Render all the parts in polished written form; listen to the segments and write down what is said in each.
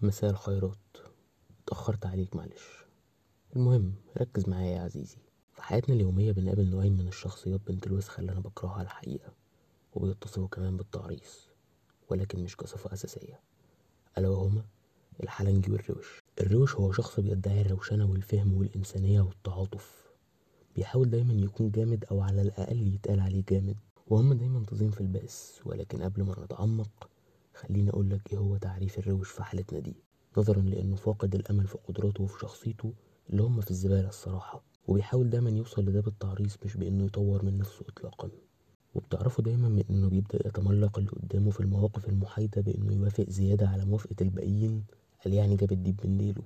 مساء الخيرات. اتأخرت عليك معلش. المهم ركز معايا يا عزيزي. في حياتنا اليومية بنقابل نوعين من الشخصيات بنت الوسخة اللي أنا بكرهها على الحقيقة، وبيتصفوا كمان بالتعريس ولكن مش كصفة أساسية، ألا وهما الحلنجي والروش. الروش هو شخص بيدعي الروشنة والفهم والإنسانية والتعاطف، بيحاول دايما يكون جامد أو على الأقل يتقال عليه جامد، وهم دايما تزين في البأس. ولكن قبل ما نتعمق خليني أقولك إيه هو تعريف الروش في حالتنا دي، نظرا لأنه فاقد الأمل في قدراته وفي شخصيته اللي هم في الزبالة الصراحة، وبيحاول دايما يوصل لده بالتعريص مش بإنه يطور من نفسه إطلاقا. وبتعرفه دايما من إنه بيبدأ يتملق اللي قدامه في المواقف المحايدة بإنه يوافق زيادة على موافقة الباقيين، قال يعني جاب الديب من ديله،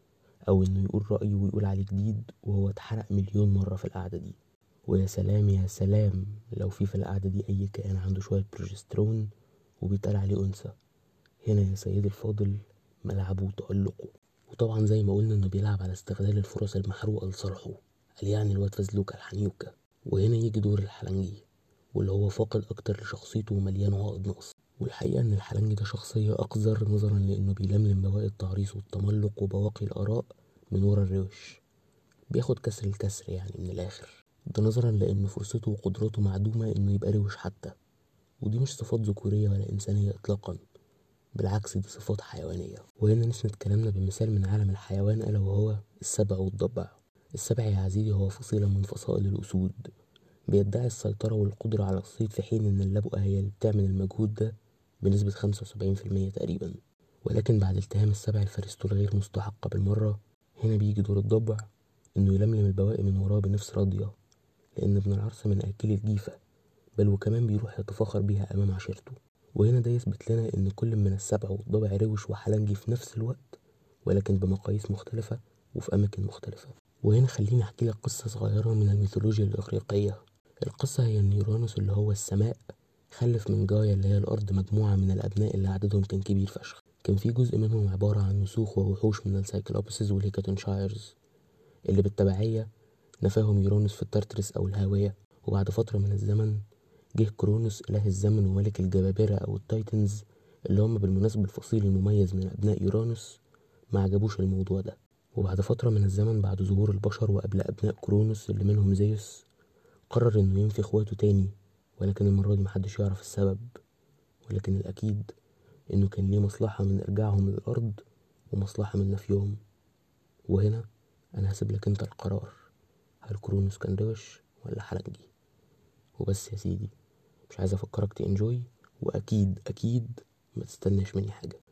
أو إنه يقول رأيه ويقول عليه جديد وهو اتحرق مليون مرة في القعدة دي. ويا سلام يا سلام لو في القعدة دي أي كائن عنده شوية بروجسترون وبيتقال عليه أنثى، هنا يا سيدي الفاضل ملعبه وتألقه. وطبعا زي ما قلنا إنه بيلعب على استغلال الفرص المحروقة لصالحه، قال يعني الواد فزلوكة الحنيوكة. وهنا يجي دور الحلنجي، واللي هو فاقد أكتر لشخصيته ومليان عقد نقص. والحقيقة إن الحلنجي ده شخصية أقذر، نظرا لأنه بيلملم بواقي التعريص والتملق وبواقي الآراء من ورا الروش، بياخد كسر الكسر يعني من الآخر، ده نظرا لأن فرصته وقدراته معدومة إنه يبقى روش حتى. ودي مش صفات ذكورية ولا إنسانية إطلاقا، بالعكس دي صفات حيوانية. وهنا نسند كلامنا بمثال من عالم الحيوان، ألا وهو السبع والضبع. السبع يا عزيزي هو فصيلة من فصائل الأسود، بيدعي السيطرة والقدرة على الصيد، في حين إن اللبؤة هي اللي بتعمل المجهود ده بنسبة 75% تقريبا. ولكن بعد التهام السبع لفريسته الغير مستحقة بالمرة، هنا بيجي دور الضبع إنه يلملم البواقي من وراه بنفس راضية، لأن ابن العرس من أكل الجيفة، بل وكمان بيروح يتفاخر بيها أمام عشيرته. وهنا ده يثبت لنا إن كل من السبع والضبع روش وحلنجي في نفس الوقت، ولكن بمقاييس مختلفة وفي أماكن مختلفة. وهنا خليني أحكي لك قصة صغيرة من الميثولوجيا الإغريقية. القصة هي إن يورانوس اللي هو السماء خلف من جايا اللي هي الأرض مجموعة من الأبناء اللي عددهم كان كبير فشخ. كان في جزء منهم عبارة عن نسوخ ووحوش من السايكلوبسز والهيكاتونشايرز، اللي بالتبعية نفاهم يورانوس في التارترس أو الهاوية. وبعد فترة من الزمن جه كرونوس إله الزمن وملك الجبابرة أو التايتنز، اللي هم بالمناسبة الفصيل المميز من أبناء يورانوس، ما عجبوش الموضوع ده. وبعد فترة من الزمن بعد ظهور البشر وقبل أبناء كرونوس اللي منهم زيوس، قرر إنه ينفي إخواته تاني، ولكن المرة دي محدش يعرف السبب. ولكن الأكيد إنه كان ليه مصلحة من إرجاعهم للأرض ومصلحة من نفيهم. وهنا أنا هسيب لك أنت القرار، هل كرونوس كان روش ولا حلنجي؟ وبس يا سيدي، مش عايز افكرك تنجوي، واكيد اكيد ما تستناش مني حاجه.